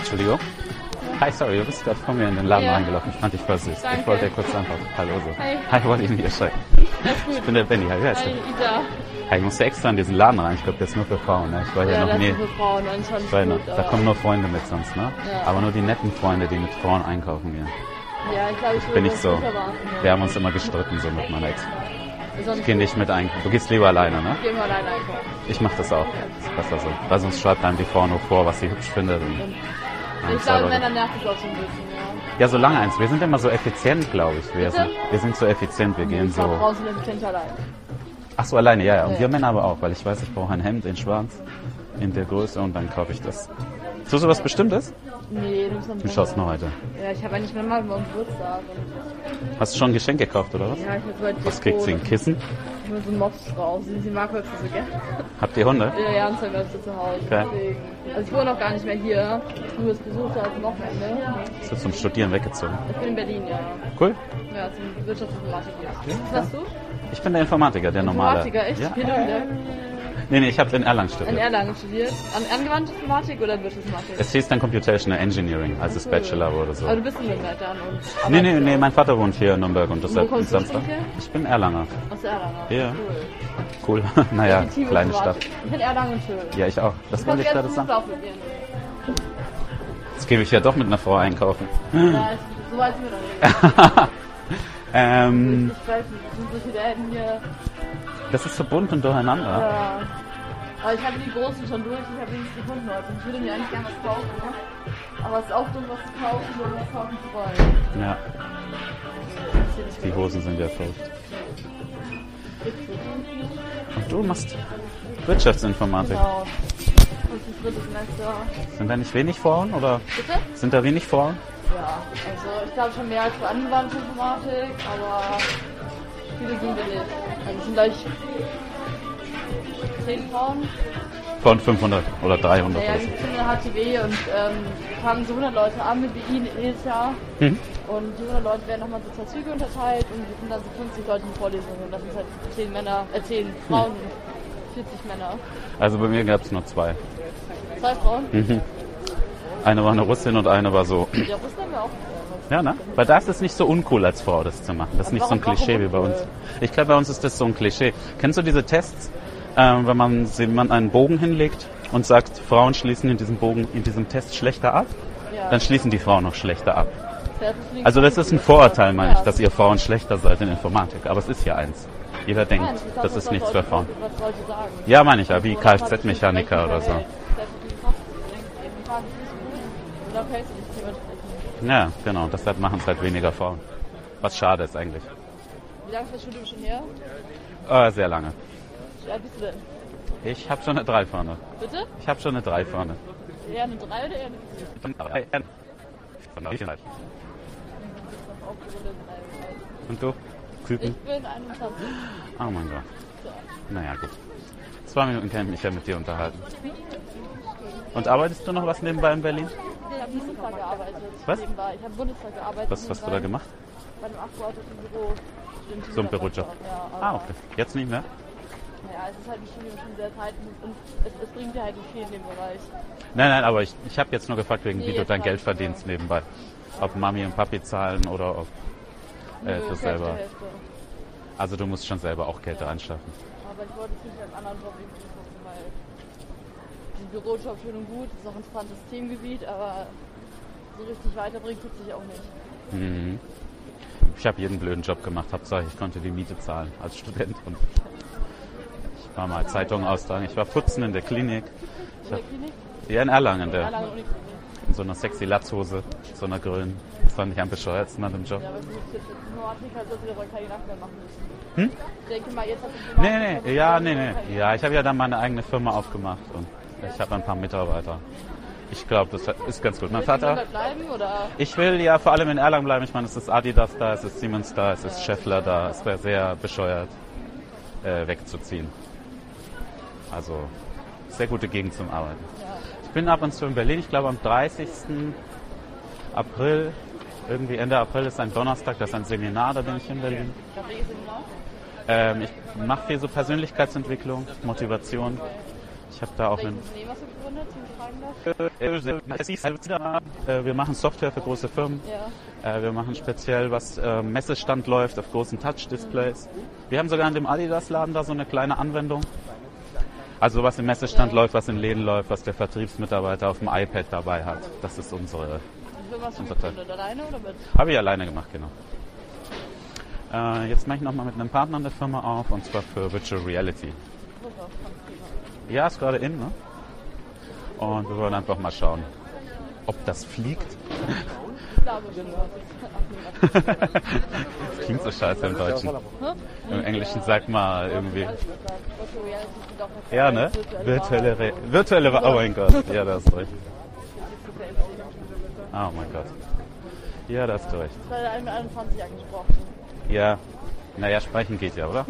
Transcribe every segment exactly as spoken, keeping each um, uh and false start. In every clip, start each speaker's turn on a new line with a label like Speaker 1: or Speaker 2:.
Speaker 1: Entschuldigung. Hi, sorry, du bist gerade vor mir in den Laden
Speaker 2: Ja.
Speaker 1: reingelaufen. Ich fand dich voll süß.
Speaker 2: Danke.
Speaker 1: Ich wollte dir kurz antworten. Hallo so.
Speaker 2: Hi.
Speaker 1: Hi, wollte ich nicht schreiben.
Speaker 2: Alles gut.
Speaker 1: Ich bin der Benny. Hi, wer ist
Speaker 2: Hi,
Speaker 1: du?
Speaker 2: Ida.
Speaker 1: Hi, ich musste extra in diesen Laden rein. Ich glaube, der ist nur für Frauen. Ne? Ich war hier
Speaker 2: Ja,
Speaker 1: noch
Speaker 2: das
Speaker 1: nie.
Speaker 2: ist für Frauen und schon
Speaker 1: Ich war noch,
Speaker 2: gut,
Speaker 1: da
Speaker 2: aber-
Speaker 1: kommen nur Freunde mit sonst, ne?
Speaker 2: Ja.
Speaker 1: Aber nur die netten Freunde, die mit Frauen einkaufen gehen.
Speaker 2: Ja, ich glaube, ich
Speaker 1: Bin
Speaker 2: würde
Speaker 1: ich
Speaker 2: das
Speaker 1: so.
Speaker 2: nicht erwarten. Ja.
Speaker 1: Wir haben uns immer gestritten, so mit meiner Ex.
Speaker 2: Ist auch
Speaker 1: Ich
Speaker 2: nicht
Speaker 1: gehe
Speaker 2: gut.
Speaker 1: nicht mit einkaufen. Du gehst lieber alleine, ne?
Speaker 2: Ich gehe immer alleine einkaufen.
Speaker 1: Ich mach das auch. Das ist besser so. Weil sonst schreibt einem die Frau nur vor, was sie hübsch findet. Und
Speaker 2: Und
Speaker 1: Ja,
Speaker 2: ich
Speaker 1: selber-
Speaker 2: glaube, Männer nervt es auch so ein bisschen, ja.
Speaker 1: Ja, so lange eins. Wir sind immer so effizient, glaube ich. Wir
Speaker 2: Bitte?
Speaker 1: sind, wir sind so effizient. Wir gehen
Speaker 2: Ich glaube,
Speaker 1: so.
Speaker 2: Frauen sind effizient allein.
Speaker 1: Ach so, alleine, ja, ja. Und
Speaker 2: Ja.
Speaker 1: wir Männer aber auch, weil ich weiß, ich brauche ein Hemd in schwarz, in der Größe und dann kaufe ich das. So sowas Bestimmtes?
Speaker 2: Nee, du musst noch
Speaker 1: Du schaust nur heute.
Speaker 2: Ja, ich habe eigentlich mal mal meinen Geburtstag. Und
Speaker 1: Hast du schon ein Geschenk gekauft, oder was?
Speaker 2: ja, ich habe so ein
Speaker 1: Was kriegt sie? Ein Kissen?
Speaker 2: Ich will so einen Mops drauf. Sie, sie mag wirklich so gerne.
Speaker 1: Habt ihr Hunde?
Speaker 2: Ja, ja, und zwei Wölfe zu Hause.
Speaker 1: Okay.
Speaker 2: Deswegen. Also ich wohne noch gar nicht mehr hier. Ich habe es besucht als Wochenende.
Speaker 1: Bist du zum Studieren weggezogen?
Speaker 2: Ich bin in Berlin, ja.
Speaker 1: Cool.
Speaker 2: Ja, zum Wirtschaftsinformatik. Was hast du?
Speaker 1: Ich bin der Informatiker, der normale.
Speaker 2: Informatiker, echt?
Speaker 1: Ja.
Speaker 2: Hier drüben,
Speaker 1: Nee, nee, ich habe in Erlangen
Speaker 2: in
Speaker 1: studiert.
Speaker 2: Erlangen studiert. An angewandte Informatik oder Wirtschaftsinformatik?
Speaker 1: Es hieß dann Computational Engineering, als es Bachelor wurde. So.
Speaker 2: Aber du bist in Nürnberg dann und
Speaker 1: Nee, nee,
Speaker 2: arbeitest
Speaker 1: nee,
Speaker 2: auch.
Speaker 1: mein Vater wohnt hier in Nürnberg und deshalb
Speaker 2: Wo kommst
Speaker 1: bin
Speaker 2: du
Speaker 1: Samstag.
Speaker 2: her?
Speaker 1: Ich bin Erlanger.
Speaker 2: Aus Erlangen.
Speaker 1: Ja.
Speaker 2: Cool.
Speaker 1: Cool. naja,
Speaker 2: Die Team
Speaker 1: kleine Stadt.
Speaker 2: Informatik. Ich bin Erlangen schön.
Speaker 1: Ja, ich auch. Das
Speaker 2: Du
Speaker 1: wollte
Speaker 2: kannst
Speaker 1: ich gerade
Speaker 2: jetzt
Speaker 1: sagen.
Speaker 2: Fuß laufen gehen.
Speaker 1: Jetzt gebe ich ja doch mit einer Frau einkaufen.
Speaker 2: Ja, ist- so weit sind wir noch nicht.
Speaker 1: ähm,
Speaker 2: Ich weiß nicht, es sind so viele Läden hier.
Speaker 1: das ist so bunt und durcheinander.
Speaker 2: Ja. Aber ich habe die großen schon durch, ich habe nichts gefunden heute. Ich würde mir eigentlich gerne was kaufen, ne? Aber es ist auch dumm, was zu kaufen, nur was kaufen zu wollen.
Speaker 1: Ja,
Speaker 2: Das ist
Speaker 1: die Hosen sind ja verrückt. Und du machst Wirtschaftsinformatik.
Speaker 2: Genau. Und das dritte Semester.
Speaker 1: Sind da nicht wenig Frauen oder
Speaker 2: Bitte?
Speaker 1: sind da wenig Frauen?
Speaker 2: Ja, also ich glaube schon mehr als für angewandte Informatik, aber viele sind wir nicht. Also es sind gleich zehn Frauen.
Speaker 1: Von fünfhundert oder dreihundert
Speaker 2: Naja,
Speaker 1: oder
Speaker 2: wir
Speaker 1: so.
Speaker 2: sind in der H T W und ähm, fangen so hundert Leute an mit B I jedes Jahr.
Speaker 1: Mhm.
Speaker 2: Und die hundert Leute werden nochmal so zwei Züge unterteilt und wir sind dann so fünfzig Leute in Vorlesungen. Und das sind halt zehn Männer, äh zehn Frauen und vierzig Männer.
Speaker 1: Also bei mir gab es nur zwei.
Speaker 2: Zwei Frauen?
Speaker 1: Mhm. Eine war eine Russin und eine war so.
Speaker 2: Ja, das haben wir auch.
Speaker 1: Ja, ne? Weil da ist es nicht so uncool als Frau, das zu machen. Das ist nicht so ein
Speaker 2: warum-
Speaker 1: Klischee
Speaker 2: warum
Speaker 1: wie bei uns.
Speaker 2: uncool?
Speaker 1: Ich glaube, bei uns ist das so ein Klischee. Kennst du diese Tests, ähm, wenn man jemand einen Bogen hinlegt und sagt, Frauen schließen in diesem Bogen, in diesem Test schlechter ab,
Speaker 2: Ja.
Speaker 1: dann schließen die Frauen noch schlechter ab.
Speaker 2: Das ist
Speaker 1: Also das ist ein Vorurteil, meine ich, dass ihr Frauen schlechter seid in Informatik. Aber es ist ja eins. Jeder denkt,
Speaker 2: Nein, ich glaub,
Speaker 1: das ist nichts für Frauen.
Speaker 2: Was Leute sagen.
Speaker 1: Ja, meine ich ja, wie Kfz-Mechaniker oder so.
Speaker 2: Oder fällst du nicht dementsprechend.
Speaker 1: Ja, genau. Deshalb machen es halt weniger Frauen. Was schade ist eigentlich.
Speaker 2: Wie lange ist das Studium schon her?
Speaker 1: Äh, sehr lange.
Speaker 2: Wie alt bist du denn?
Speaker 1: Ich habe schon eine drei vorne.
Speaker 2: Bitte?
Speaker 1: Ich habe schon eine drei vorne.
Speaker 2: Eher eine drei oder eher eine vier?
Speaker 1: Und du? Küken?
Speaker 2: Ich bin einundzwanzig.
Speaker 1: Oh mein Gott. Naja, gut. Zwei Minuten kann ich mich ja mit dir unterhalten. Und arbeitest du noch was nebenbei in Berlin?
Speaker 2: Ich habe Bundestag gearbeitet.
Speaker 1: Was?
Speaker 2: Nebenbei. Ich habe Bundestag gearbeitet.
Speaker 1: Was hast du da gemacht?
Speaker 2: Bei einem Abgeordneten im Büro. Stimmt,
Speaker 1: So ein Bürojob.
Speaker 2: Ja, aber,
Speaker 1: Ah, okay. Jetzt nicht mehr?
Speaker 2: Ja, es ist halt ein Studium schon sehr Zeit und es, es bringt dir halt nicht viel in dem Bereich.
Speaker 1: Nein, nein, aber ich, ich habe jetzt nur gefragt, wegen
Speaker 2: Nee,
Speaker 1: wie du
Speaker 2: jetzt
Speaker 1: dein
Speaker 2: weiß
Speaker 1: Geld
Speaker 2: ich,
Speaker 1: verdienst
Speaker 2: ja.
Speaker 1: nebenbei. Ob Mami und Papi zahlen oder ob äh,
Speaker 2: Nö,
Speaker 1: du
Speaker 2: Hälfte,
Speaker 1: selber.
Speaker 2: Hälfte.
Speaker 1: Also du musst schon selber auch Geld anschaffen.
Speaker 2: Aber ich wollte es nicht einen anderen Job irgendwie suchen, weil ein Bürojob schön und gut, ist auch ein spannendes Themengebiet, aber so richtig weiterbringt tut sich auch nicht.
Speaker 1: Mhm. Ich habe jeden blöden Job gemacht. Hauptsache, ich konnte die Miete zahlen als Student. Und ich war mal Zeitungen austragen. Ich war putzen in der Klinik.
Speaker 2: In der Klinik?
Speaker 1: Ja, in Erlangen, der,
Speaker 2: Erlangen Uniklinik.
Speaker 1: in so einer sexy Latzhose, so einer grünen. Das fand ich am bescheuertsten an dem Job.
Speaker 2: Ja, aber es ist jetzt Informatik, also dass wir dabei keine Nacht mehr machen müssen.
Speaker 1: Hm?
Speaker 2: Ich denke mal, jetzt hat es
Speaker 1: Nee, nee, ja, nee, nee. Ja, ich habe ja dann meine eigene Firma aufgemacht und ich habe ein paar Mitarbeiter. Ich glaube, das ist ganz gut. Mein Vater,
Speaker 2: bleiben oder?
Speaker 1: ich will ja vor allem in Erlangen bleiben. Ich meine, es ist Adidas da, es ist Siemens da, es ist Schaeffler da. Es wäre sehr bescheuert, äh, wegzuziehen. Also, sehr gute Gegend zum Arbeiten.
Speaker 2: Ja.
Speaker 1: Ich bin ab und zu in Berlin. Ich glaube, am dreißigsten April, irgendwie Ende April ist ein Donnerstag, das ist ein Seminar, da bin ich in Berlin.
Speaker 2: Ich habe eh Seminar.
Speaker 1: Ähm, ich mache viel so Persönlichkeitsentwicklung, Motivation. Ich habe da auch einen...
Speaker 2: Welches Unternehmen hast du gegründet, wenn ich fragen darf?
Speaker 1: Wir machen Software für große Firmen.
Speaker 2: Ja.
Speaker 1: Wir machen speziell, was äh, Messestand läuft auf großen Touch-Displays. Mhm. Wir haben sogar in dem Adidas-Laden da so eine kleine Anwendung. Also was im Messestand ja. läuft, was in Läden läuft, was der Vertriebsmitarbeiter auf dem iPad dabei hat. Das ist unsere...
Speaker 2: Wie hast du gegründet? Alleine oder mit?
Speaker 1: Habe ich alleine gemacht, genau. Äh, jetzt mache ich nochmal mit einem Partner eine Firma auf, und zwar für Virtual Reality.
Speaker 2: Super.
Speaker 1: Ja, ist gerade in, ne? Und wir wollen einfach mal schauen, ob das fliegt. Das klingt so scheiße im Deutschen. Im Englischen sagt man irgendwie... Ja, ne? Virtuelle... Re- virtuelle... Oh mein Gott. Ja, da hast du recht. Oh mein Gott. Ja, da hast du recht.
Speaker 2: Das war der einundzwanzig angesprochen.
Speaker 1: Ja. Naja, sprechen geht ja, oder?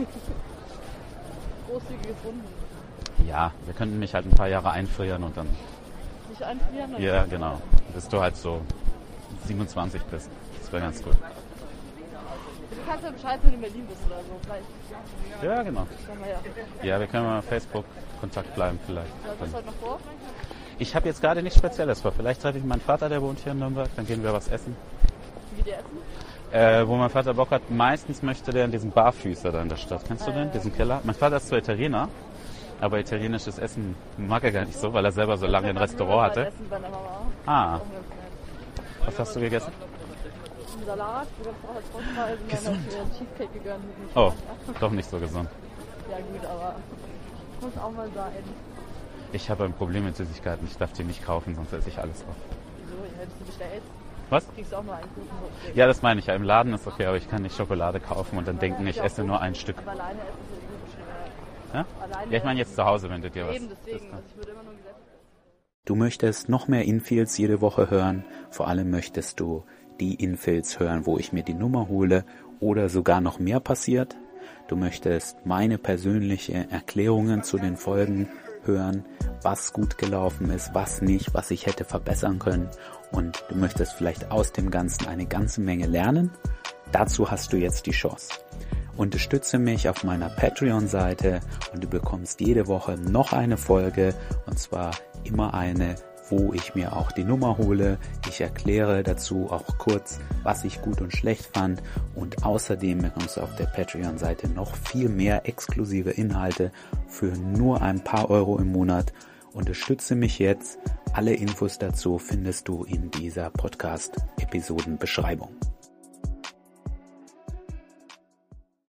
Speaker 2: Großzügiges Runden.
Speaker 1: Ja, wir könnten mich halt ein paar Jahre einfrieren und dann...
Speaker 2: Nicht einfrieren? Oder?
Speaker 1: Ja, genau. Bis du halt so siebenundzwanzig bist. Das wäre ganz gut.
Speaker 2: Du kannst ja Bescheid, wenn du in Berlin bist oder so. Vielleicht.
Speaker 1: Ja, genau.
Speaker 2: Wir ja.
Speaker 1: Ja, wir können mal Facebook Kontakt bleiben vielleicht.
Speaker 2: Was hast du heute noch vor?
Speaker 1: Ich habe jetzt gerade nichts Spezielles vor. Vielleicht treffe ich meinen Vater, der wohnt hier in Nürnberg. Dann gehen wir was essen.
Speaker 2: Wie die essen?
Speaker 1: Äh, wo mein Vater Bock hat, meistens möchte der in diesen Barfüßer da in der Stadt. Kennst du
Speaker 2: äh,
Speaker 1: den? Diesen Keller? Mein Vater ist zwar Italiener, aber italienisches Essen mag er gar nicht so, weil er selber so lange ein Restaurant hatte.
Speaker 2: Essen bei der Mama.
Speaker 1: Ah. Was hast du gegessen?
Speaker 2: Ein Salat. Wir haben auch als Vorspeise
Speaker 1: Gesund.
Speaker 2: einen Cheesecake gegönnt.
Speaker 1: Oh, doch nicht so gesund.
Speaker 2: Ja gut, aber muss auch mal sein.
Speaker 1: Ich habe ein Problem mit Süßigkeiten. Ich darf die nicht kaufen, sonst esse ich alles auf.
Speaker 2: Wieso? Hättest du bestellt?
Speaker 1: Was?
Speaker 2: Kriegst du auch nur einen Kuchen.
Speaker 1: Ja, das meine ich ja. Im Laden ist okay, aber ich kann nicht Schokolade kaufen und dann aber denken, ich esse nur ein Stück.
Speaker 2: Aber alleine essen ist irgendwie schwer.
Speaker 1: Ja? Alleine ja, ich meine jetzt zu Hause, wenn du dir was...
Speaker 2: Eben, deswegen. Also ich würde immer nur gesättigt essen.
Speaker 3: Du möchtest noch mehr Infills jede Woche hören. Vor allem möchtest du die Infills hören, wo ich mir die Nummer hole oder sogar noch mehr passiert. Du möchtest meine persönliche Erklärungen zu den Folgen hören, was gut gelaufen ist, was nicht, was ich hätte verbessern können. Und du möchtest vielleicht aus dem Ganzen eine ganze Menge lernen. Dazu hast du jetzt die Chance. Unterstütze mich auf meiner Patreon-Seite und du bekommst jede Woche noch eine Folge, und zwar immer eine, wo ich mir auch die Nummer hole. Ich erkläre dazu auch kurz, was ich gut und schlecht fand, und außerdem bekommst du auf der Patreon-Seite noch viel mehr exklusive Inhalte für nur ein paar Euro im Monat. Unterstütze mich jetzt. Alle Infos dazu findest du in dieser Podcast-Episoden-Beschreibung.